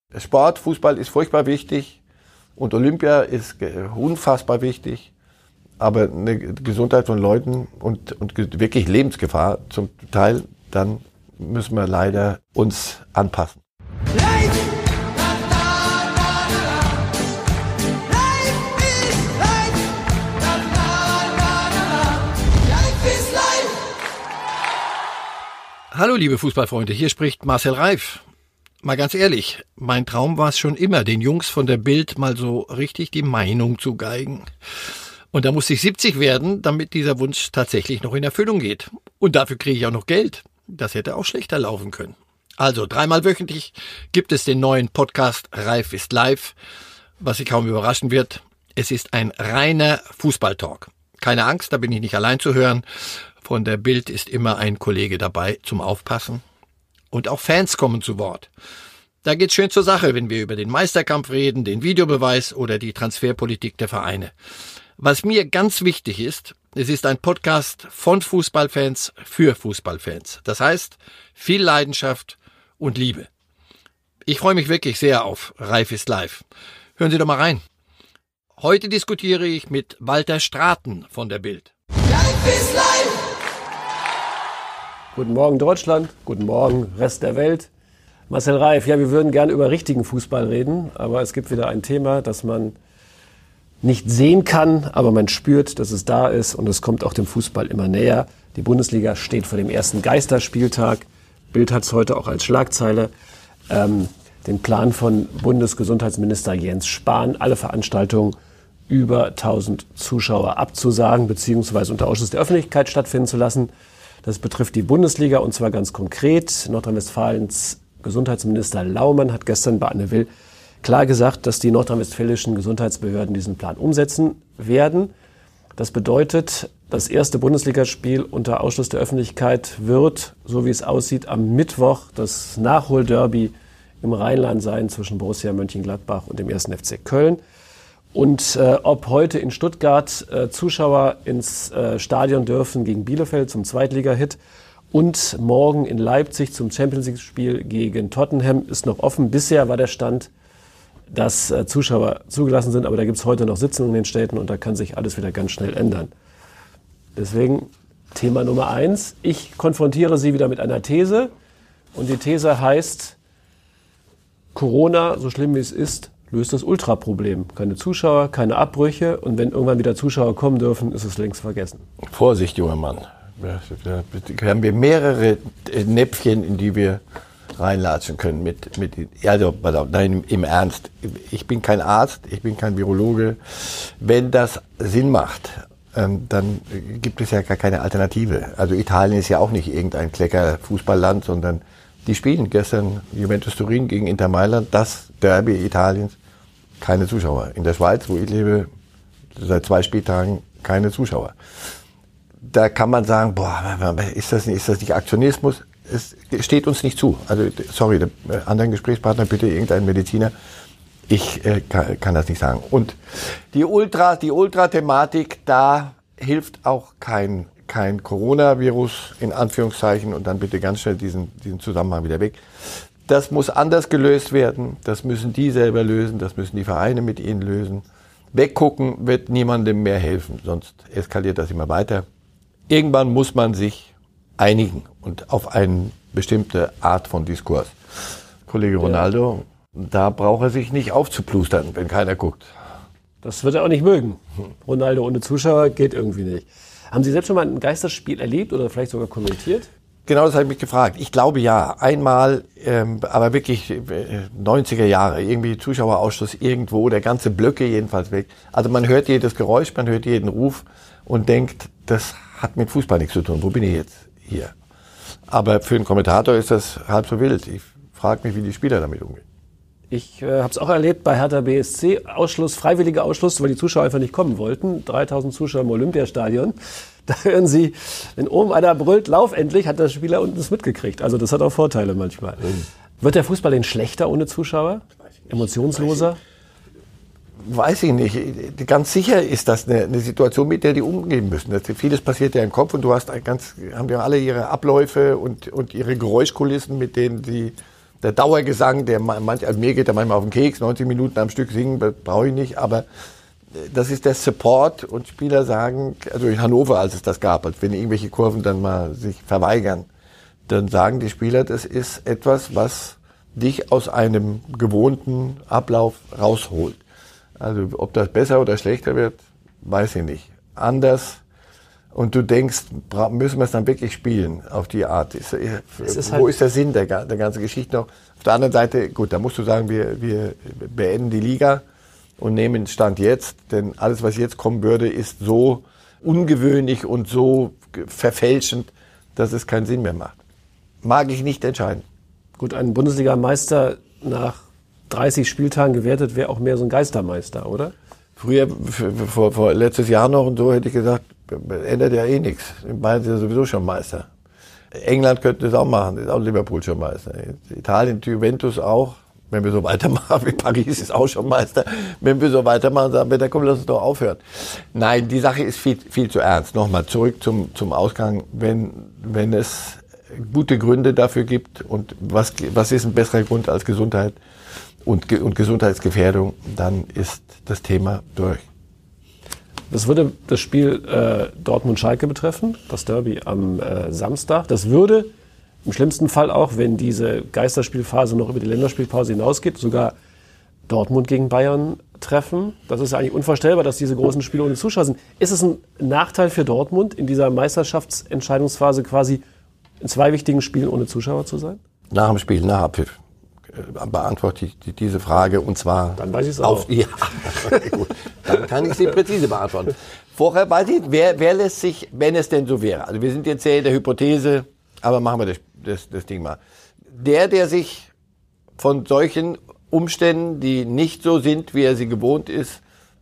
Sport, Fußball ist furchtbar wichtig und Olympia ist unfassbar wichtig. Aber eine Gesundheit von Leuten und wirklich Lebensgefahr zum Teil, dann müssen wir leider uns anpassen. Hallo liebe Fußballfreunde, hier spricht Marcel Reif. Mal ganz ehrlich, mein Traum war es schon immer, den Jungs von der Bild mal so richtig die Meinung zu geigen. Und da musste ich 70 werden, damit dieser Wunsch tatsächlich noch in Erfüllung geht. Und dafür kriege ich auch noch Geld. Das hätte auch schlechter laufen können. Also 3-mal wöchentlich gibt es den neuen Podcast Reif ist live. Was Sie kaum überraschen wird, es ist ein reiner Fußballtalk. Keine Angst, da bin ich nicht allein zu hören. Von der Bild ist immer ein Kollege dabei zum Aufpassen. Und auch Fans kommen zu Wort. Da geht's schön zur Sache, wenn wir über den Meisterkampf reden, den Videobeweis oder die Transferpolitik der Vereine. Was mir ganz wichtig ist, es ist ein Podcast von Fußballfans für Fußballfans. Das heißt, viel Leidenschaft und Liebe. Ich freue mich wirklich sehr auf Reif ist live. Hören Sie doch mal rein. Heute diskutiere ich mit Walter Straten von der Bild. Reif ist live! Guten Morgen Deutschland, guten Morgen Rest der Welt. Marcel Reif, ja, wir würden gerne über richtigen Fußball reden, aber es gibt wieder ein Thema, das man nicht sehen kann, aber man spürt, dass es da ist und es kommt auch dem Fußball immer näher. Die Bundesliga steht vor dem ersten Geisterspieltag. Bild hat es heute auch als Schlagzeile. Den Plan von Bundesgesundheitsminister Jens Spahn, alle Veranstaltungen über 1000 Zuschauer abzusagen bzw. unter Ausschluss der Öffentlichkeit stattfinden zu lassen. Das betrifft die Bundesliga und zwar ganz konkret. Nordrhein-Westfalens Gesundheitsminister Laumann hat gestern bei Anne Will klar gesagt, dass die nordrhein-westfälischen Gesundheitsbehörden diesen Plan umsetzen werden. Das bedeutet, das erste Bundesligaspiel unter Ausschluss der Öffentlichkeit wird, so wie es aussieht, am Mittwoch das Nachholderby im Rheinland sein zwischen Borussia Mönchengladbach und dem 1. FC Köln. Und ob heute in Stuttgart Zuschauer ins Stadion dürfen gegen Bielefeld zum Zweitliga-Hit und morgen in Leipzig zum Champions-League-Spiel gegen Tottenham ist noch offen. Bisher war der Stand, dass Zuschauer zugelassen sind, aber da gibt es heute noch Sitzungen in den Städten und da kann sich alles wieder ganz schnell ändern. Deswegen Thema Nummer 1. Ich konfrontiere Sie wieder mit einer These und die These heißt, Corona, so schlimm wie es ist, löst das Ultraproblem. Keine Zuschauer, keine Abbrüche und wenn irgendwann wieder Zuschauer kommen dürfen, ist es längst vergessen. Vorsicht, junger Mann. Da haben wir mehrere Näpfchen, in die wir reinlatschen können. Nein, im Ernst. Ich bin kein Arzt, ich bin kein Virologe. Wenn das Sinn macht, dann gibt es ja gar keine Alternative. Also Italien ist ja auch nicht irgendein Klecker-Fußballland, sondern die spielen gestern Juventus Turin gegen Inter Mailand, das Derby Italiens, keine Zuschauer. In der Schweiz, wo ich lebe, seit 2 Spieltagen keine Zuschauer. Da kann man sagen, ist das nicht Aktionismus? Es steht uns nicht zu. Also, sorry, der anderen Gesprächspartner, bitte irgendein Mediziner. Ich kann das nicht sagen. Und die Ultra-Thematik, da hilft auch kein Coronavirus, in Anführungszeichen, und dann bitte ganz schnell diesen Zusammenhang wieder weg. Das muss anders gelöst werden. Das müssen die selber lösen. Das müssen die Vereine mit ihnen lösen. Weggucken wird niemandem mehr helfen. Sonst eskaliert das immer weiter. Irgendwann muss man sich einigen und auf eine bestimmte Art von Diskurs. Kollege Ronaldo, da braucht er sich nicht aufzuplustern, wenn keiner guckt. Das wird er auch nicht mögen. Ronaldo ohne Zuschauer geht irgendwie nicht. Haben Sie selbst schon mal ein Geisterspiel erlebt oder vielleicht sogar kommentiert? Genau, das habe ich mich gefragt. Ich glaube ja, einmal, aber wirklich 90er Jahre, irgendwie Zuschauerausschluss irgendwo, der ganze Blöcke jedenfalls weg. Also man hört jedes Geräusch, man hört jeden Ruf und denkt, das hat mit Fußball nichts zu tun. Wo bin ich jetzt hier? Aber für einen Kommentator ist das halb so wild. Ich frage mich, wie die Spieler damit umgehen. Ich habe es auch erlebt bei Hertha BSC, freiwilliger Ausschluss, weil die Zuschauer einfach nicht kommen wollten. 3000 Zuschauer im Olympiastadion. Da hören Sie, wenn oben einer brüllt, lauf endlich, hat der Spieler unten es mitgekriegt. Also das hat auch Vorteile manchmal. Wird der Fußball denn schlechter ohne Zuschauer? Emotionsloser? Weiß ich nicht. Ganz sicher ist das eine Situation, mit der die umgehen müssen. Vieles passiert ja im Kopf und haben ja alle ihre Abläufe und ihre Geräuschkulissen, mit denen sie der Dauergesang, also mir geht der manchmal auf den Keks, 90 Minuten am Stück singen, brauche ich nicht, aber das ist der Support und Spieler sagen, also in Hannover, als es das gab, als wenn irgendwelche Kurven dann mal sich verweigern, dann sagen die Spieler, das ist etwas, was dich aus einem gewohnten Ablauf rausholt. Also ob das besser oder schlechter wird, weiß ich nicht. Anders. Und du denkst, müssen wir es dann wirklich spielen auf die Art? Wo ist der Sinn der ganzen Geschichte noch? Auf der anderen Seite, gut, da musst du sagen, wir beenden die Liga und nehmen Stand jetzt. Denn alles, was jetzt kommen würde, ist so ungewöhnlich und so verfälschend, dass es keinen Sinn mehr macht. Mag ich nicht entscheiden. Gut, ein Bundesligameister nach 30 Spieltagen gewertet wäre auch mehr so ein Geistermeister, oder? Früher, vor letztes Jahr noch und so, hätte ich gesagt, ändert ja eh nichts. Bayern sind ja sowieso schon Meister. England könnte das auch machen, ist auch Liverpool schon Meister. Italien, Juventus auch. Wenn wir so weitermachen, wie Paris ist auch schon Meister. Wenn wir so weitermachen, sagen wir, komm, lass uns doch aufhören. Nein, die Sache ist viel zu ernst. Nochmal zurück zum Ausgang. Wenn es gute Gründe dafür gibt und was ist ein besserer Grund als Gesundheit und Gesundheitsgefährdung, dann ist das Thema durch. Das würde das Spiel Dortmund-Schalke betreffen, das Derby am Samstag. Das würde im schlimmsten Fall auch, wenn diese Geisterspielphase noch über die Länderspielpause hinausgeht, sogar Dortmund gegen Bayern treffen. Das ist eigentlich unvorstellbar, dass diese großen Spiele ohne Zuschauer sind. Ist es ein Nachteil für Dortmund, in dieser Meisterschaftsentscheidungsphase quasi in 2 wichtigen Spielen ohne Zuschauer zu sein? Nach dem Spiel, nach Abpfiff, beantworte ich diese Frage und zwar... Dann weiß ich es auch. Ja, gut. Dann kann ich sie präzise beantworten. Vorher weiß ich, wer lässt sich, wenn es denn so wäre, also wir sind jetzt sehr in der Hypothese, aber machen wir das Ding mal. Der sich von solchen Umständen, die nicht so sind, wie er sie gewohnt ist,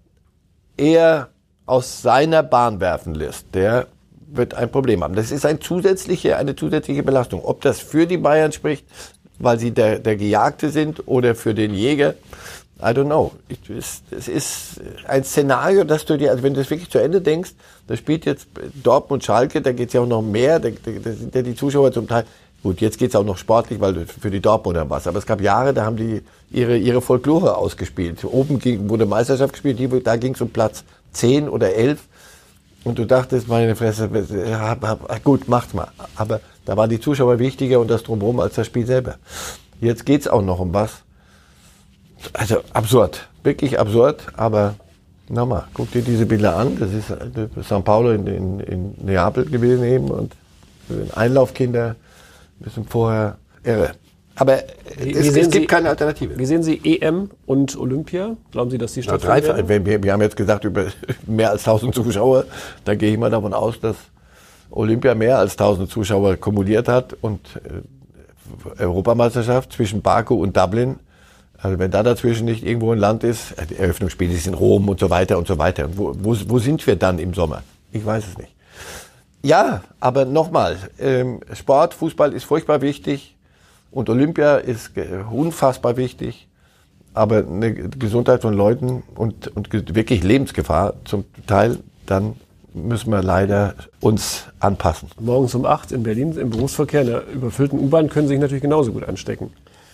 eher aus seiner Bahn werfen lässt, der wird ein Problem haben. Das ist eine zusätzliche Belastung. Ob das für die Bayern spricht, weil sie der Gejagte sind oder für den Jäger, I don't know. Es ist ein Szenario, dass du dir, also wenn du das wirklich zu Ende denkst, da spielt jetzt Dortmund-Schalke, da geht's ja auch noch mehr, da sind ja die Zuschauer zum Teil, gut, jetzt geht's auch noch sportlich, weil für die Dortmunder was, aber es gab Jahre, da haben die ihre Folklore ausgespielt. Oben wurde Meisterschaft gespielt, da ging's um Platz 10 oder 11 und du dachtest, meine Fresse, gut, macht's mal. Aber da waren die Zuschauer wichtiger und das Drumherum als das Spiel selber. Jetzt geht's auch noch um was. Also absurd, wirklich absurd, aber nochmal, guck dir diese Bilder an, das ist São Paulo in Neapel gewesen eben und Einlaufkinder ein bisschen vorher irre. Aber es gibt keine Alternative. Wie sehen Sie EM und Olympia? Glauben Sie, dass die stattfinden werden? Wir haben jetzt gesagt, über mehr als 1000 Zuschauer, da gehe ich mal davon aus, dass Olympia mehr als 1000 Zuschauer kumuliert hat und Europameisterschaft zwischen Baku und Dublin. Also wenn da dazwischen nicht irgendwo ein Land ist, die Eröffnungsspiele ist in Rom und so weiter und so weiter. Wo sind wir dann im Sommer? Ich weiß es nicht. Ja, aber nochmal, Sport, Fußball ist furchtbar wichtig und Olympia ist unfassbar wichtig. Aber eine Gesundheit von Leuten und wirklich Lebensgefahr zum Teil, dann müssen wir leider uns anpassen. Morgens um 8 in Berlin im Berufsverkehr, in der überfüllten U-Bahn, können sich natürlich genauso gut anstecken.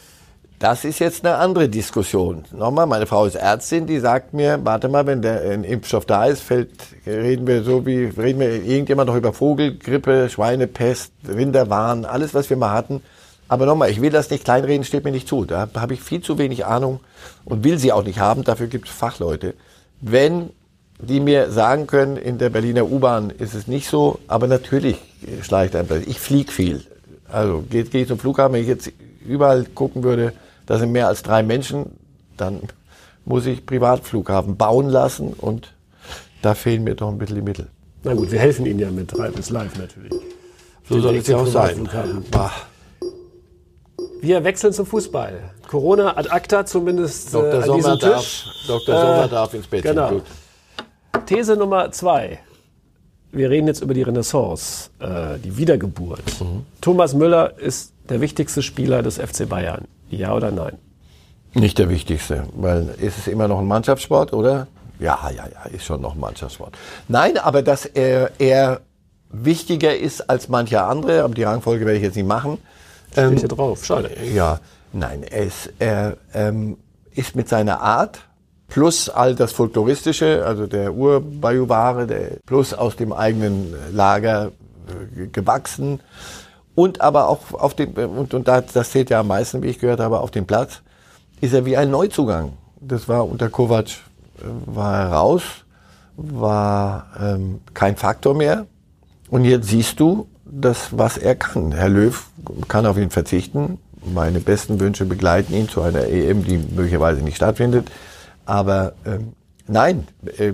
Das ist jetzt eine andere Diskussion. Nochmal, meine Frau ist Ärztin, die sagt mir, warte mal, wenn ein Impfstoff da ist, reden wir irgendjemand noch über Vogelgrippe, Schweinepest, Rinderwahn, alles, was wir mal hatten. Aber nochmal, ich will das nicht kleinreden, steht mir nicht zu. Da habe ich viel zu wenig Ahnung und will sie auch nicht haben, dafür gibt es Fachleute. Wenn die mir sagen können, in der Berliner U-Bahn ist es nicht so, aber natürlich schleicht ein Platz. Ich fliege viel. Also gehe ich zum Flughafen, wenn ich jetzt überall gucken würde, da sind mehr als 3 Menschen, dann muss ich Privatflughafen bauen lassen und da fehlen mir doch ein bisschen die Mittel. Na gut, wir helfen Ihnen ja mit Reibens Live natürlich. So soll es ja auch sein. Wir wechseln zum Fußball. Corona ad acta zumindest Dr. Sommer darf ins Bett. Genau. Gut. These Nummer 2. Wir reden jetzt über die Renaissance, die Wiedergeburt. Thomas Müller ist der wichtigste Spieler des FC Bayern. Ja oder nein? Nicht der wichtigste, weil ist es immer noch ein Mannschaftssport, oder? Ja, ist schon noch ein Mannschaftssport. Nein, aber dass er wichtiger ist als mancher andere, aber die Rangfolge werde ich jetzt nicht machen. Steht hier drauf, schade. Ja, Nein, er ist mit seiner Art plus all das Folkloristische, also der Ur-Bajuware, plus aus dem eigenen Lager gewachsen und aber auch auf dem, und das zählt ja am meisten, wie ich gehört habe, auf dem Platz, ist er wie ein Neuzugang. Das war unter Kovac, war er raus, war kein Faktor mehr. Und jetzt siehst du, was er kann. Herr Löw kann auf ihn verzichten. Meine besten Wünsche begleiten ihn zu einer EM, die möglicherweise nicht stattfindet. Aber nein,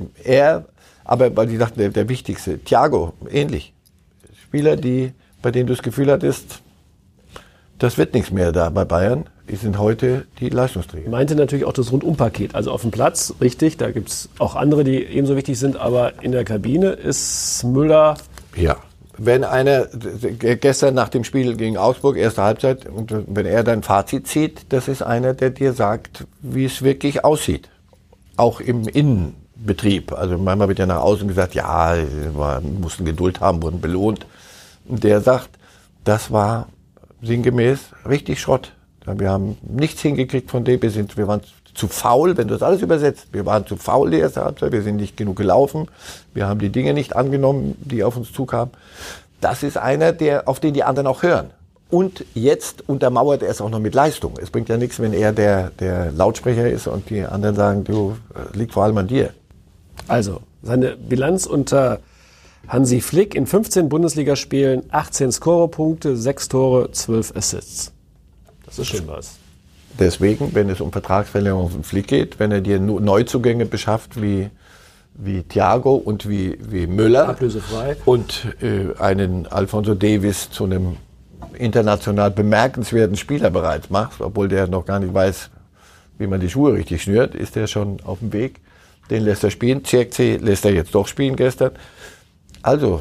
aber weil ich dachte, der Wichtigste, Thiago, ähnlich. Spieler, bei denen du das Gefühl hattest, das wird nichts mehr da bei Bayern, die sind heute die Leistungsträger. Meinte natürlich auch das Rundumpaket. Also auf dem Platz, richtig, da gibt es auch andere, die ebenso wichtig sind, aber in der Kabine ist Müller... Ja, wenn einer, gestern nach dem Spiel gegen Augsburg, erste Halbzeit, und wenn er dann Fazit zieht, das ist einer, der dir sagt, wie es wirklich aussieht. Auch im Innenbetrieb. Also manchmal wird ja nach außen gesagt, ja, wir mussten Geduld haben, wurden belohnt. Und der sagt, das war sinngemäß richtig Schrott. Wir haben nichts hingekriegt von dem, wir waren zu faul, wenn du das alles übersetzt. Wir waren zu faul die erste Halbzeit, wir sind nicht genug gelaufen, wir haben die Dinge nicht angenommen, die auf uns zukamen. Das ist einer, auf den die anderen auch hören. Und jetzt untermauert er es auch noch mit Leistung. Es bringt ja nichts, wenn er der Lautsprecher ist und die anderen sagen, du, liegt vor allem an dir. Also, seine Bilanz unter Hansi Flick in 15 Bundesligaspielen, 18 Scorerpunkte, 6 Tore, 12 Assists. Das ist schon was. Deswegen, wenn es um Vertragsverlängerung von Flick geht, wenn er dir Neuzugänge beschafft wie Thiago und wie Müller ablösefrei und einen Alphonso Davies zu einem international bemerkenswerten Spieler bereits macht, obwohl der noch gar nicht weiß, wie man die Schuhe richtig schnürt, ist der schon auf dem Weg. Den lässt er spielen. Zirkzee lässt er jetzt doch spielen gestern. Also,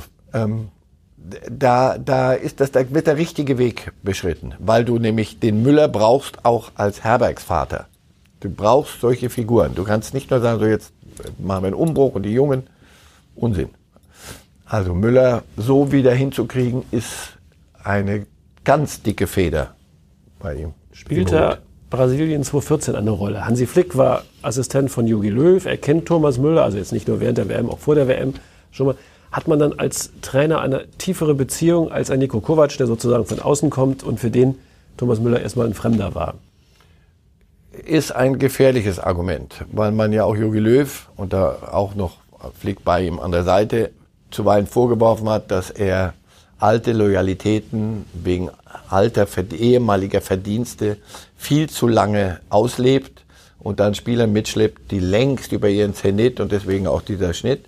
da wird der richtige Weg beschritten, weil du nämlich den Müller brauchst auch als Herbergsvater. Du brauchst solche Figuren. Du kannst nicht nur sagen, so jetzt machen wir einen Umbruch und die Jungen. Unsinn. Also Müller so wieder hinzukriegen, ist eine ganz dicke Feder bei ihm. Spielte Brasilien 2014 eine Rolle. Hansi Flick war Assistent von Jogi Löw. Er kennt Thomas Müller, also jetzt nicht nur während der WM, auch vor der WM schon mal. Hat man dann als Trainer eine tiefere Beziehung als ein Niko Kovac, der sozusagen von außen kommt und für den Thomas Müller erstmal ein Fremder war? Ist ein gefährliches Argument, weil man ja auch Jogi Löw und da auch noch Flick bei ihm an der Seite zuweilen vorgeworfen hat, dass er alte Loyalitäten wegen alter ehemaliger Verdienste viel zu lange auslebt und dann Spieler mitschleppt, die längst über ihren Zenit und deswegen auch dieser Schnitt.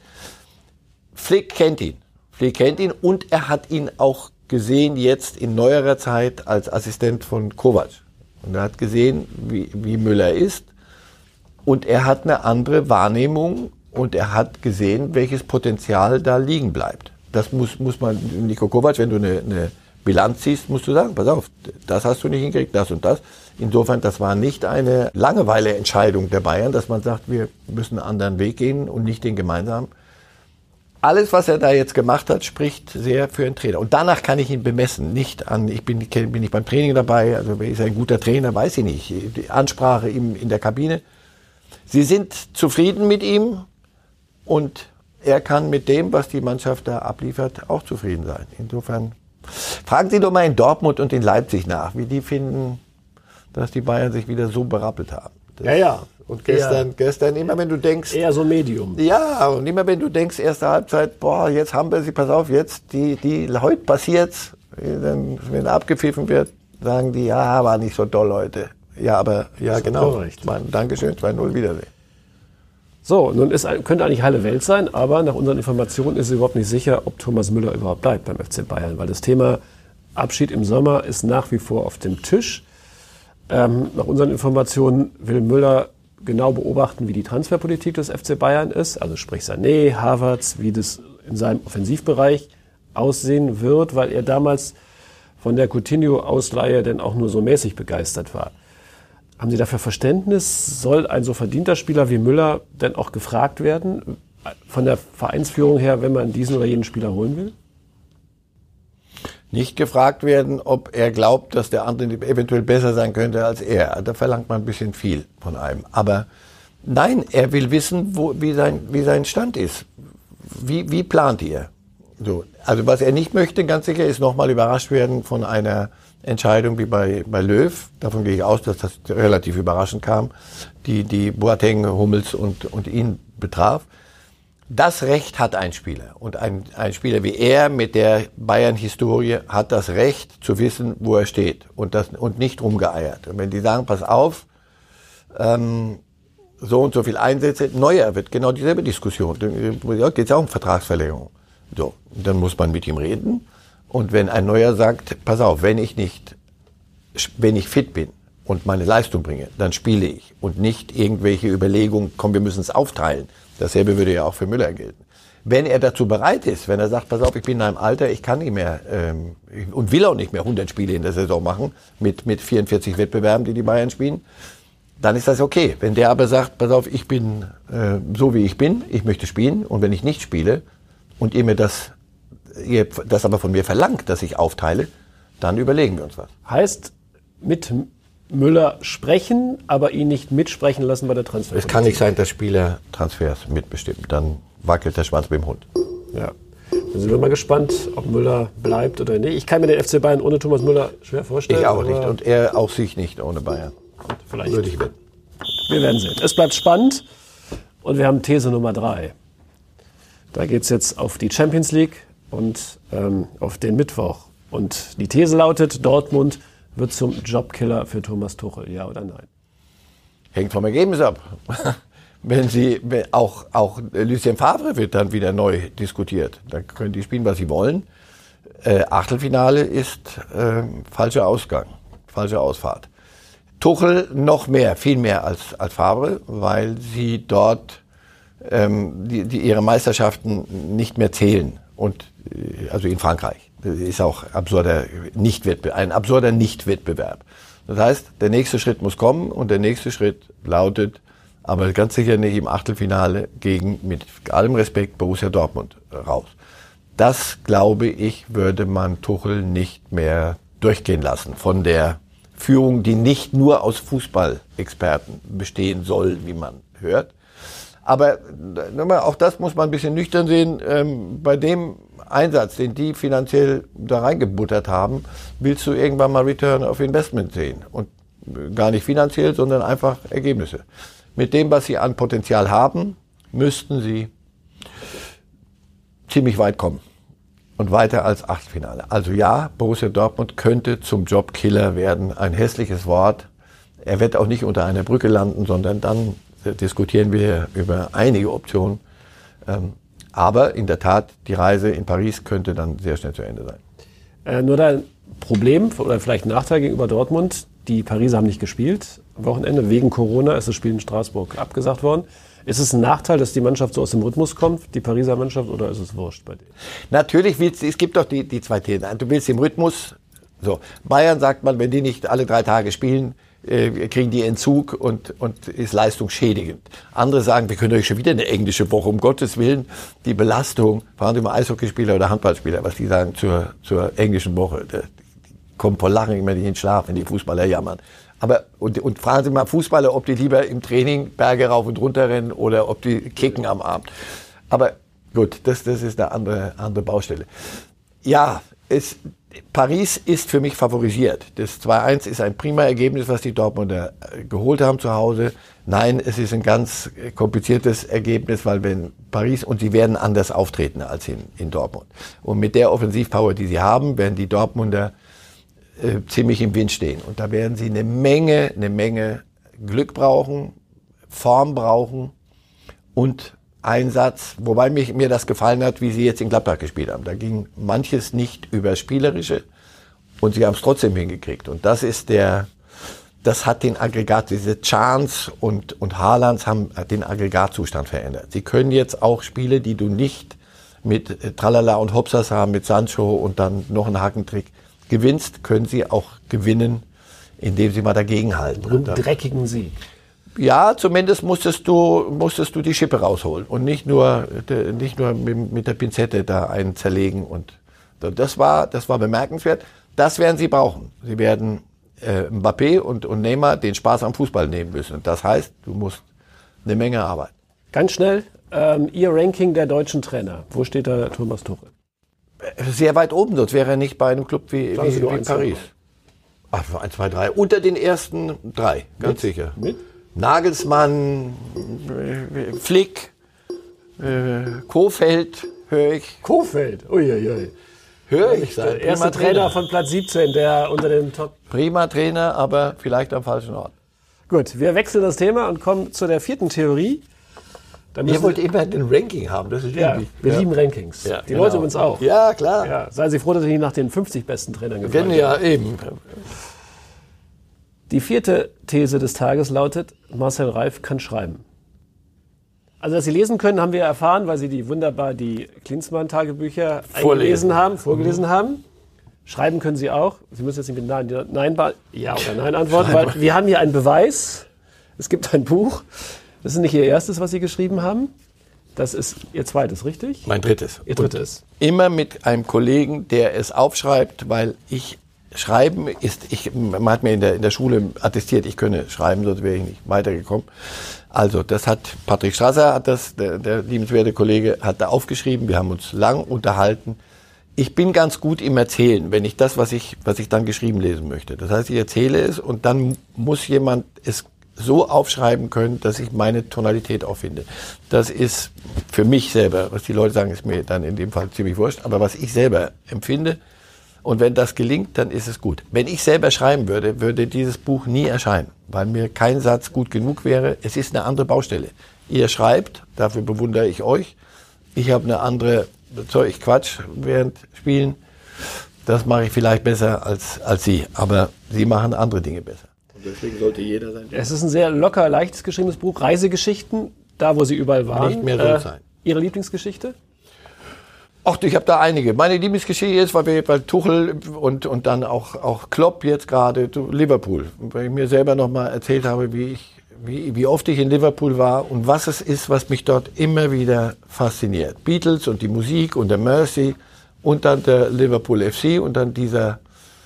Flick kennt ihn und er hat ihn auch gesehen jetzt in neuerer Zeit als Assistent von Kovac. Und er hat gesehen, wie Müller ist und er hat eine andere Wahrnehmung und er hat gesehen, welches Potenzial da liegen bleibt. Das muss man, Niko Kovac, wenn du eine Bilanz ziehst, musst du sagen, pass auf, das hast du nicht hingekriegt, das und das. Insofern, das war nicht eine Langeweile-Entscheidung der Bayern, dass man sagt, wir müssen einen anderen Weg gehen und nicht den gemeinsamen. Alles, was er da jetzt gemacht hat, spricht sehr für einen Trainer. Und danach kann ich ihn bemessen. Ich bin nicht beim Training dabei, also ist er ein guter Trainer, weiß ich nicht. Die Ansprache in der Kabine. Sie sind zufrieden mit ihm und er kann mit dem, was die Mannschaft da abliefert, auch zufrieden sein. Insofern fragen Sie doch mal in Dortmund und in Leipzig nach, wie die finden, dass die Bayern sich wieder so berappelt haben. Ja. Und gestern, immer wenn du denkst... Eher so Medium. Ja, und immer wenn du denkst, erste Halbzeit, boah, jetzt haben wir sie, pass auf, jetzt, heute passiert's, wenn abgepfiffen wird, sagen die, ja, war nicht so doll heute. Ja, aber, ja, genau. Dankeschön, 2-0, Wiedersehen. So, nun könnte eigentlich heile Welt sein, aber nach unseren Informationen ist es überhaupt nicht sicher, ob Thomas Müller überhaupt bleibt beim FC Bayern, weil das Thema Abschied im Sommer ist nach wie vor auf dem Tisch. Nach unseren Informationen will Müller genau beobachten, wie die Transferpolitik des FC Bayern ist, also sprich Sané, Havertz, wie das in seinem Offensivbereich aussehen wird, weil er damals von der Coutinho-Ausleihe denn auch nur so mäßig begeistert war. Haben Sie dafür Verständnis? Soll ein so verdienter Spieler wie Müller denn auch gefragt werden, von der Vereinsführung her, wenn man diesen oder jenen Spieler holen will? nicht gefragt werden, ob er glaubt, dass der andere eventuell besser sein könnte als er. Da verlangt man ein bisschen viel von einem. Aber nein, er will wissen, wie sein Stand ist. Wie plant ihr? So. Also was er nicht möchte, ganz sicher, ist nochmal überrascht werden von einer Entscheidung wie bei Löw. Davon gehe ich aus, dass das relativ überraschend kam, die Boateng, Hummels und ihn betraf. Das Recht hat ein Spieler. Und ein Spieler wie er mit der Bayern-Historie hat das Recht zu wissen, wo er steht und nicht rumgeeiert. Und wenn die sagen, pass auf, so und so viel Einsätze, Neuer wird genau dieselbe Diskussion. Da geht es auch um Vertragsverlängerung. So, dann muss man mit ihm reden. Und wenn ein Neuer sagt, pass auf, wenn ich fit bin und meine Leistung bringe, dann spiele ich. Und nicht irgendwelche Überlegungen, komm, wir müssen es aufteilen. Dasselbe würde ja auch für Müller gelten. Wenn er dazu bereit ist, wenn er sagt, pass auf, ich bin in einem Alter, ich kann nicht mehr und will auch nicht mehr 100 Spiele in der Saison machen, mit 44 Wettbewerben, die Bayern spielen, dann ist das okay. Wenn der aber sagt, pass auf, ich bin so wie ich bin, ich möchte spielen und wenn ich nicht spiele und ihr das aber von mir verlangt, dass ich aufteile, dann überlegen wir uns was. Heißt, mit Müller sprechen, aber ihn nicht mitsprechen lassen bei der Transfer. Es kann nicht sein, dass Spieler Transfers mitbestimmen. Dann wackelt der Schwanz mit dem Hund. Ja. Dann sind wir mal gespannt, ob Müller bleibt oder nicht. Ich kann mir den FC Bayern ohne Thomas Müller schwer vorstellen. Ich auch nicht. Und er auch sich nicht ohne Bayern. Vielleicht. Würde ich wetten. Wir werden sehen. Es bleibt spannend. Und wir haben These Nummer 3. Da geht es jetzt auf die Champions League und auf den Mittwoch. Und die These lautet, Dortmund wird zum Jobkiller für Thomas Tuchel, ja oder nein? Hängt vom Ergebnis ab. Auch Lucien Favre wird dann wieder neu diskutiert. Da können die spielen, was sie wollen. Achtelfinale ist falscher Ausgang, falsche Ausfahrt. Tuchel noch mehr, viel mehr als Favre, weil sie dort ihre Meisterschaften nicht mehr zählen. Und also in Frankreich. Das ist auch ein absurder Nichtwettbewerb. Das heißt, der nächste Schritt muss kommen und der nächste Schritt lautet, aber ganz sicher nicht im Achtelfinale gegen, mit allem Respekt, Borussia Dortmund raus. Das, glaube ich, würde man Tuchel nicht mehr durchgehen lassen von der Führung, die nicht nur aus Fußballexperten bestehen soll, wie man hört. Aber auch das muss man ein bisschen nüchtern sehen. Bei dem Einsatz, den die finanziell da reingebuttert haben, willst du irgendwann mal Return of Investment sehen. Und gar nicht finanziell, sondern einfach Ergebnisse. Mit dem, was sie an Potenzial haben, müssten sie ziemlich weit kommen. Und weiter als Achtelfinale. Also ja, Borussia Dortmund könnte zum Jobkiller werden. Ein hässliches Wort. Er wird auch nicht unter einer Brücke landen, sondern dann diskutieren wir über einige Optionen. Aber in der Tat, die Reise in Paris könnte dann sehr schnell zu Ende sein. Nur da ein Problem oder vielleicht ein Nachteil gegenüber Dortmund. Die Pariser haben nicht gespielt am Wochenende. Wegen Corona ist das Spiel in Straßburg abgesagt worden. Ist es ein Nachteil, dass die Mannschaft so aus dem Rhythmus kommt, die Pariser Mannschaft, oder ist es wurscht bei denen? Natürlich es gibt doch die zwei Thesen. Du willst im Rhythmus. So, Bayern sagt man, wenn die nicht alle 3 Tage spielen, kriegen die Entzug und ist leistungsschädigend. Andere sagen, wir können euch schon wieder eine englische Woche, um Gottes Willen. Die Belastung, fragen Sie mal Eishockeyspieler oder Handballspieler, was die sagen zur englischen Woche. Die kommen vor Lachen immer nicht in den Schlaf, wenn die Fußballer jammern. Aber und fragen Sie mal Fußballer, ob die lieber im Training Berge rauf und runter rennen oder ob die kicken am Abend. Aber gut, das ist eine andere Baustelle. Ja, Paris ist für mich favorisiert. Das 2-1 ist ein prima Ergebnis, was die Dortmunder geholt haben zu Hause. Nein, es ist ein ganz kompliziertes Ergebnis, weil wenn Paris, und sie werden anders auftreten als in Dortmund. Und mit der Offensivpower, die sie haben, werden die Dortmunder ziemlich im Wind stehen. Und da werden sie eine Menge Glück brauchen, Form brauchen und Einsatz, wobei mir das gefallen hat, wie sie jetzt in Gladbach gespielt haben. Da ging manches nicht über Spielerische und sie haben es trotzdem hingekriegt. Und das hat den Aggregat, diese Chance und Haalands haben den Aggregatzustand verändert. Sie können jetzt auch Spiele, die du nicht mit Tralala und Hopsas haben, mit Sancho und dann noch einen Hakentrick gewinnst, können sie auch gewinnen, indem sie mal dagegenhalten. Einen dreckigen Sieg. Ja, zumindest musstest du die Schippe rausholen und nicht nur mit der Pinzette da einen zerlegen und Das war bemerkenswert. Das werden sie brauchen. Sie werden Mbappé und Neymar den Spaß am Fußball nehmen müssen. Und das heißt, du musst eine Menge arbeiten. Ganz schnell, Ihr Ranking der deutschen Trainer. Wo steht da Thomas Tuchel? Sehr weit oben, sonst wäre er nicht bei einem Club wie Paris. Ach, 1, 2, 3. Unter den ersten 3, ganz sicher. Mit? Nagelsmann, Flick, Kohfeldt, höre ich. Kohfeldt, uiuiui. Höre ich sein. Der erste Trainer von Platz 17, der unter den Top... Prima Trainer, aber vielleicht am falschen Ort. Gut, wir wechseln das Thema und kommen zu der 4. Theorie. Ihr wollt immer den Ranking haben, das ist ja, wir lieben Rankings. Ja, die Leute uns auch. Ja, klar. Ja, seien Sie froh, dass ich nicht nach den 50 besten Trainern gefragt habe. Ja, eben. Die 4. These des Tages lautet, Marcel Reif kann schreiben. Also, dass Sie lesen können, haben wir erfahren, weil Sie die Klinsmann-Tagebücher vorgelesen haben. Schreiben können Sie auch. Sie müssen jetzt nicht mit Ja oder Nein antworten, weil wir haben hier einen Beweis. Es gibt ein Buch. Das ist nicht Ihr erstes, was Sie geschrieben haben. Das ist Ihr zweites, richtig? Mein drittes. Ihr drittes. Und immer mit einem Kollegen, der es aufschreibt, weil man hat mir in der Schule attestiert, ich könne schreiben, sonst wäre ich nicht weitergekommen. Also, das hat Patrick Strasser, der liebenswerte Kollege, hat da aufgeschrieben. Wir haben uns lang unterhalten. Ich bin ganz gut im Erzählen, wenn ich das, was ich dann geschrieben lesen möchte. Das heißt, ich erzähle es und dann muss jemand es so aufschreiben können, dass ich meine Tonalität auffinde. Das ist für mich selber, was die Leute sagen, ist mir dann in dem Fall ziemlich wurscht, aber was ich selber empfinde, und wenn das gelingt, dann ist es gut. Wenn ich selber schreiben würde dieses Buch nie erscheinen, weil mir kein Satz gut genug wäre. Es ist eine andere Baustelle. Ihr schreibt, dafür bewundere ich euch. Ich habe eine andere, ich quatsch während Spielen. Das mache ich vielleicht besser als Sie, aber Sie machen andere Dinge besser. Und deswegen sollte jeder sein. Es ist ein sehr locker, leichtes geschriebenes Buch. Reisegeschichten, da wo Sie überall waren. Nicht mehr so sein. Ihre Lieblingsgeschichte? Ach, ich habe da einige. Meine Lieblingsgeschichte ist, weil Tuchel und dann auch Klopp jetzt gerade, Liverpool. Weil ich mir selber noch mal erzählt habe, wie oft ich in Liverpool war und was es ist, was mich dort immer wieder fasziniert. Beatles und die Musik und der Mersey und dann der Liverpool FC und dann dieser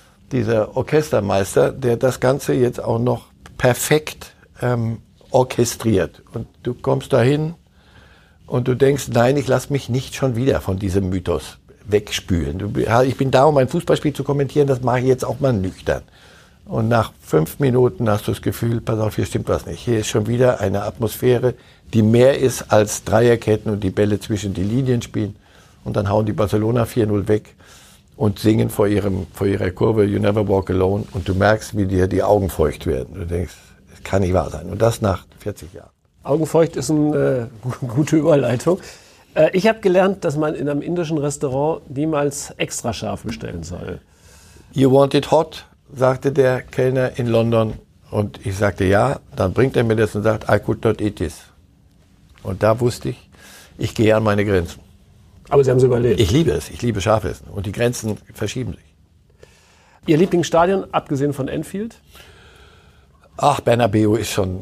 Orchestermeister, der das Ganze jetzt auch noch perfekt orchestriert. Und du kommst dahin und du denkst, nein, ich lasse mich nicht schon wieder von diesem Mythos wegspülen. Ich bin da, um ein Fußballspiel zu kommentieren, das mache ich jetzt auch mal nüchtern. Und nach 5 Minuten hast du das Gefühl, pass auf, hier stimmt was nicht. Hier ist schon wieder eine Atmosphäre, die mehr ist als Dreierketten und die Bälle zwischen die Linien spielen. Und dann hauen die Barcelona 4-0 weg und singen vor ihrer Kurve You Never Walk Alone. Und du merkst, wie dir die Augen feucht werden. Du denkst, das kann nicht wahr sein. Und das nach 40 Jahren. Augenfeucht ist eine gute Überleitung. Ich habe gelernt, dass man in einem indischen Restaurant niemals extra scharf bestellen soll. You want it hot, sagte der Kellner in London. Und ich sagte ja. Dann bringt er mir das und sagt, I could not eat this. Und da wusste ich gehe an meine Grenzen. Aber Sie haben es überlebt. Ich liebe es. Ich liebe Scharfessen. Und die Grenzen verschieben sich. Ihr Lieblingsstadion, abgesehen von Anfield? Ach, Bernabeu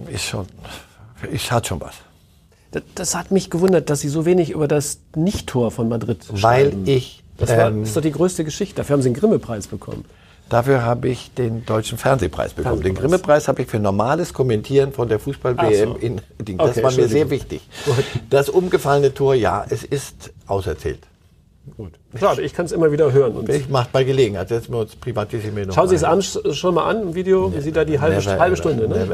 hat schon was. Das hat mich gewundert, dass Sie so wenig über das Nicht-Tor von Madrid schreiben. Das ist doch die größte Geschichte. Dafür haben Sie einen Grimme-Preis bekommen. Dafür habe ich den Deutschen Fernsehpreis bekommen. Den Grimme-Preis habe ich für normales Kommentieren von der Fußball-WM in Ding. Das war mir sehr wichtig. Gut. Das umgefallene Tor, ja, es ist auserzählt. Gut. Schade, ich kann es immer wieder hören. Und ich mache bei Gelegenheit. Setzen wir uns privatissime noch. Schauen Sie es schon mal an im Video. Wie sieht da die halbe Stunde? Ne?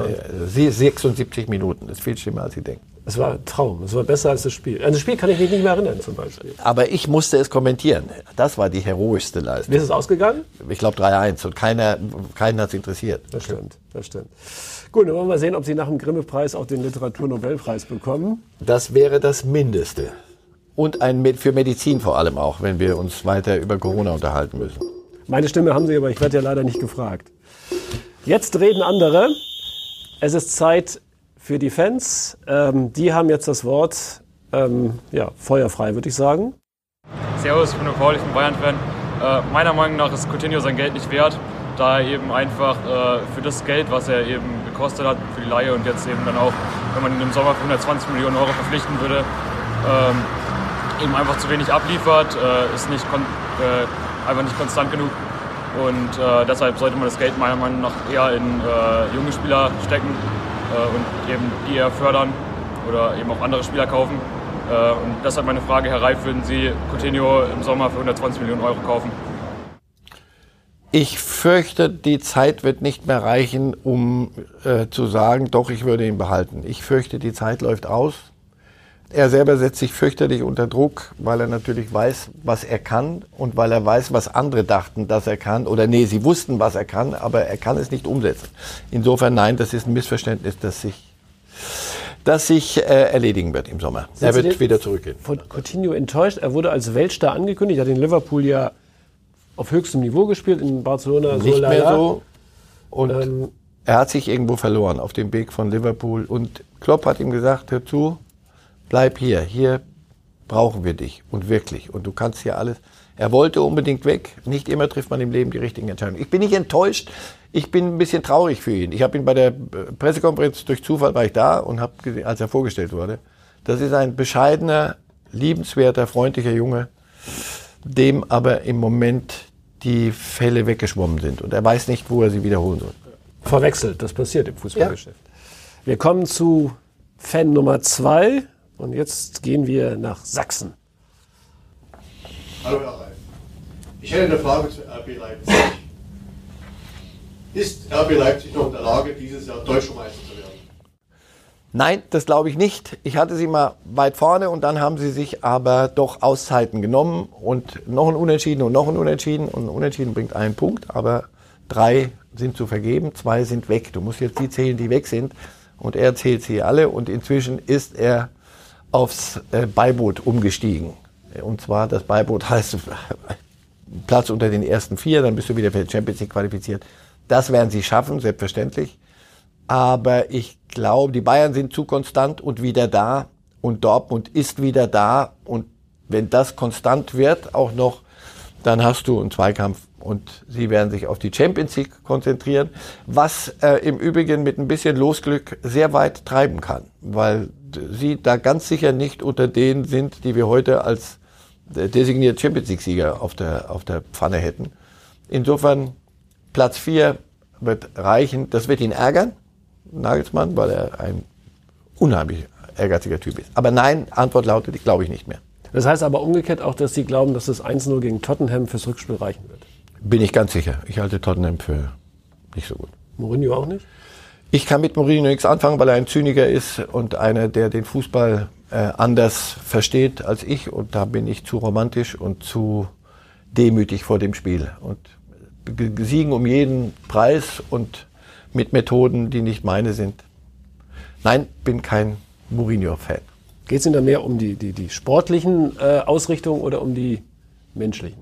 76 Minuten. Das ist viel schlimmer, als Sie denken. Es war ein Traum. Es war besser als das Spiel. An das Spiel kann ich mich nicht mehr erinnern, zum Beispiel. Aber ich musste es kommentieren. Das war die heroischste Leistung. Wie ist es ausgegangen? Ich glaube 3-1. Und keinen hat es interessiert. Das stimmt. Gut, dann wollen wir mal sehen, ob Sie nach dem Grimme-Preis auch den Literaturnobelpreis bekommen. Das wäre das Mindeste. Und für Medizin vor allem auch, wenn wir uns weiter über Corona unterhalten müssen. Meine Stimme haben Sie, aber ich werde ja leider nicht gefragt. Jetzt reden andere. Es ist Zeit für die Fans. Die haben jetzt das Wort. Feuerfrei, würde ich sagen. Servus, ich bin Paul, ich bin Bayern-Fan. Meiner Meinung nach ist Coutinho sein Geld nicht wert, da er eben einfach für das Geld, was er eben gekostet hat, für die Leihe und jetzt eben dann auch, wenn man ihn im Sommer für 120 Millionen Euro verpflichten würde, eben einfach zu wenig abliefert, ist nicht einfach nicht konstant genug. Und deshalb sollte man das Geld meiner Meinung nach eher in junge Spieler stecken und eben die eher fördern oder eben auch andere Spieler kaufen. Und deshalb meine Frage, Herr Reif, würden Sie Coutinho im Sommer für 120 Millionen Euro kaufen? Ich fürchte, die Zeit wird nicht mehr reichen, um zu sagen, doch, ich würde ihn behalten. Ich fürchte, die Zeit läuft aus. Er selber setzt sich fürchterlich unter Druck, weil er natürlich weiß, was er kann und weil er weiß, was andere dachten, dass er kann. Oder nee, sie wussten, was er kann, aber er kann es nicht umsetzen. Insofern nein, das ist ein Missverständnis, das sich erledigen wird im Sommer. Er wird wieder zurückgehen. Von Coutinho enttäuscht. Er wurde als Weltstar angekündigt, hat in Liverpool ja auf höchstem Niveau gespielt, in Barcelona nicht mehr so. Und er hat sich irgendwo verloren auf dem Weg von Liverpool. Und Klopp hat ihm gesagt, hör zu, bleib hier brauchen wir dich und wirklich. Und du kannst hier alles. Er wollte unbedingt weg. Nicht immer trifft man im Leben die richtigen Entscheidungen. Ich bin nicht enttäuscht. Ich bin ein bisschen traurig für ihn. Ich habe ihn bei der Pressekonferenz, durch Zufall war ich da und habe gesehen, als er vorgestellt wurde. Das ist ein bescheidener, liebenswerter, freundlicher Junge, dem aber im Moment die Fälle weggeschwommen sind. Und er weiß nicht, wo er sie wiederholen soll. Verwechselt, das passiert im Fußballgeschäft. Ja. Wir kommen zu Fan Nummer 2 und jetzt gehen wir nach Sachsen. Hallo Herr Reif. Ich hätte eine Frage zu RB Leipzig. Ist RB Leipzig noch in der Lage, dieses Jahr Deutscher Meister zu werden? Nein, das glaube ich nicht. Ich hatte sie mal weit vorne und dann haben sie sich aber doch Auszeiten genommen und noch ein Unentschieden und noch ein Unentschieden. Und ein Unentschieden bringt einen Punkt, aber 3 sind zu vergeben, 2 sind weg. Du musst jetzt die zählen, die weg sind. Und er zählt sie alle und inzwischen ist er aufs Beiboot umgestiegen. Und zwar, das Beiboot heißt Platz unter den ersten 4, dann bist du wieder für die Champions League qualifiziert. Das werden sie schaffen, selbstverständlich. Aber ich glaube, die Bayern sind zu konstant und wieder da. Und Dortmund ist wieder da. Und wenn das konstant wird, auch noch, dann hast du einen Zweikampf. Und sie werden sich auf die Champions League konzentrieren. Was im Übrigen mit ein bisschen Losglück sehr weit treiben kann. Weil sie da ganz sicher nicht unter denen sind, die wir heute als designierte Champions League-Sieger auf der Pfanne hätten. Insofern, Platz 4 wird reichen. Das wird ihn ärgern, Nagelsmann, weil er ein unheimlich ehrgeiziger Typ ist. Aber nein, Antwort lautet, ich glaube ich nicht mehr. Das heißt aber umgekehrt auch, dass Sie glauben, dass das 1-0 gegen Tottenham fürs Rückspiel reichen wird? Bin ich ganz sicher. Ich halte Tottenham für nicht so gut. Mourinho auch nicht? Ich kann mit Mourinho nichts anfangen, weil er ein Zyniker ist und einer, der den Fußball anders versteht als ich. Und da bin ich zu romantisch und zu demütig vor dem Spiel. Und siegen um jeden Preis und mit Methoden, die nicht meine sind. Nein, bin kein Mourinho-Fan. Geht es Ihnen da mehr um die sportlichen Ausrichtungen oder um die menschlichen?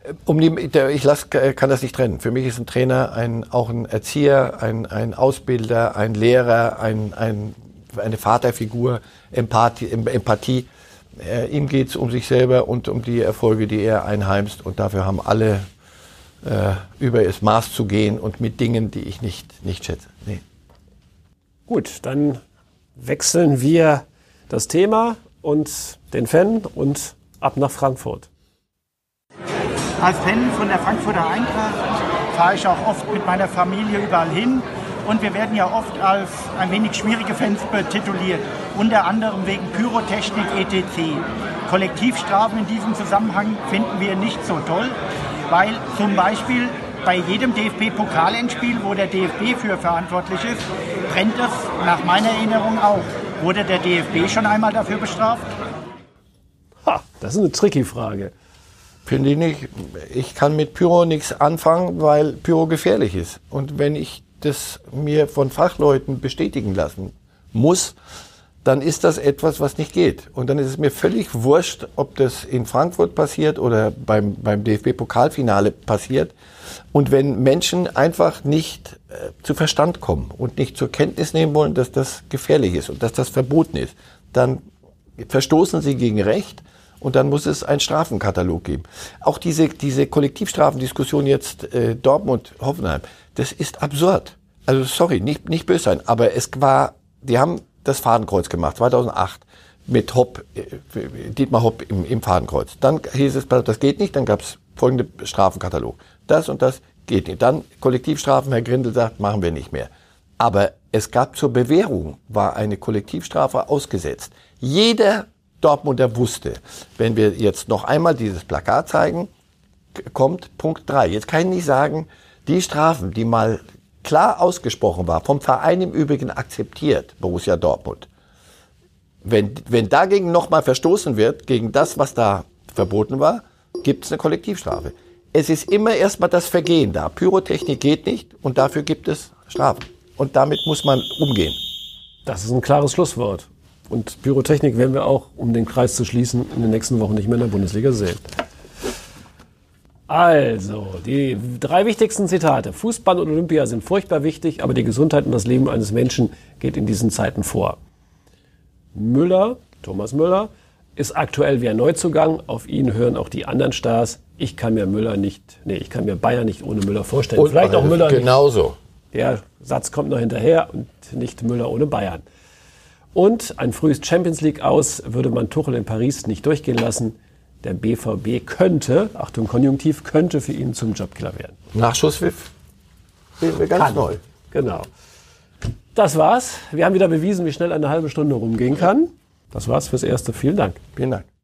Kann das nicht trennen. Für mich ist ein Trainer auch ein Erzieher, ein Ausbilder, ein Lehrer, eine Vaterfigur, Empathie. Ihm geht es um sich selber und um die Erfolge, die er einheimst. Und dafür haben alle über das Maß zu gehen und mit Dingen, die ich nicht schätze. Nee. Gut, dann wechseln wir das Thema und den Fan und ab nach Frankfurt. Als Fan von der Frankfurter Eintracht fahre ich auch oft mit meiner Familie überall hin. Und wir werden ja oft als ein wenig schwierige Fans betituliert, unter anderem wegen Pyrotechnik etc. Kollektivstrafen in diesem Zusammenhang finden wir nicht so toll, weil zum Beispiel bei jedem DFB-Pokalendspiel, wo der DFB für verantwortlich ist, brennt es nach meiner Erinnerung auch. Wurde der DFB schon einmal dafür bestraft? Das ist eine tricky Frage. Finde ich nicht. Ich kann mit Pyro nichts anfangen, weil Pyro gefährlich ist. Und wenn ich das mir von Fachleuten bestätigen lassen muss, dann ist das etwas, was nicht geht. Und dann ist es mir völlig wurscht, ob das in Frankfurt passiert oder beim DFB-Pokalfinale passiert. Und wenn Menschen einfach nicht zu Verstand kommen und nicht zur Kenntnis nehmen wollen, dass das gefährlich ist und dass das verboten ist, dann verstoßen sie gegen Recht. Und dann muss es einen Strafenkatalog geben. Auch diese Kollektivstrafendiskussion jetzt Dortmund-Hoffenheim, das ist absurd. Also sorry, nicht böse sein, aber die haben das Fadenkreuz gemacht, 2008, mit Dietmar Hopp im Fadenkreuz. Dann hieß es, das geht nicht, dann gab es folgende Strafenkatalog. Das und das geht nicht. Dann Kollektivstrafen, Herr Grindel sagt, machen wir nicht mehr. Aber es gab zur Bewährung, war eine Kollektivstrafe ausgesetzt. Jeder Dortmunder wusste, wenn wir jetzt noch einmal dieses Plakat zeigen, kommt Punkt 3. Jetzt kann ich nicht sagen, die Strafen, die mal klar ausgesprochen war, vom Verein im Übrigen akzeptiert, Borussia Dortmund, wenn dagegen nochmal verstoßen wird, gegen das, was da verboten war, gibt es eine Kollektivstrafe. Es ist immer erstmal das Vergehen da. Pyrotechnik geht nicht und dafür gibt es Strafen. Und damit muss man umgehen. Das ist ein klares Schlusswort. Und Pyrotechnik werden wir auch, um den Kreis zu schließen, in den nächsten Wochen nicht mehr in der Bundesliga sehen. Also, die 3 wichtigsten Zitate. Fußball und Olympia sind furchtbar wichtig, aber die Gesundheit und das Leben eines Menschen geht in diesen Zeiten vor. Thomas Müller, ist aktuell wie ein Neuzugang. Auf ihn hören auch die anderen Stars. Ich kann mir Bayern nicht ohne Müller vorstellen. Und vielleicht auch Müller genauso. nicht. Der Satz kommt noch hinterher und nicht Müller ohne Bayern. Und ein frühes Champions League aus würde man Tuchel in Paris nicht durchgehen lassen. Der BVB könnte, Achtung Konjunktiv, könnte für ihn zum Jobkiller werden. Nachschusspfiff wäre ganz neu. Genau. Das war's. Wir haben wieder bewiesen, wie schnell eine halbe Stunde rumgehen kann. Das war's fürs Erste. Vielen Dank. Vielen Dank.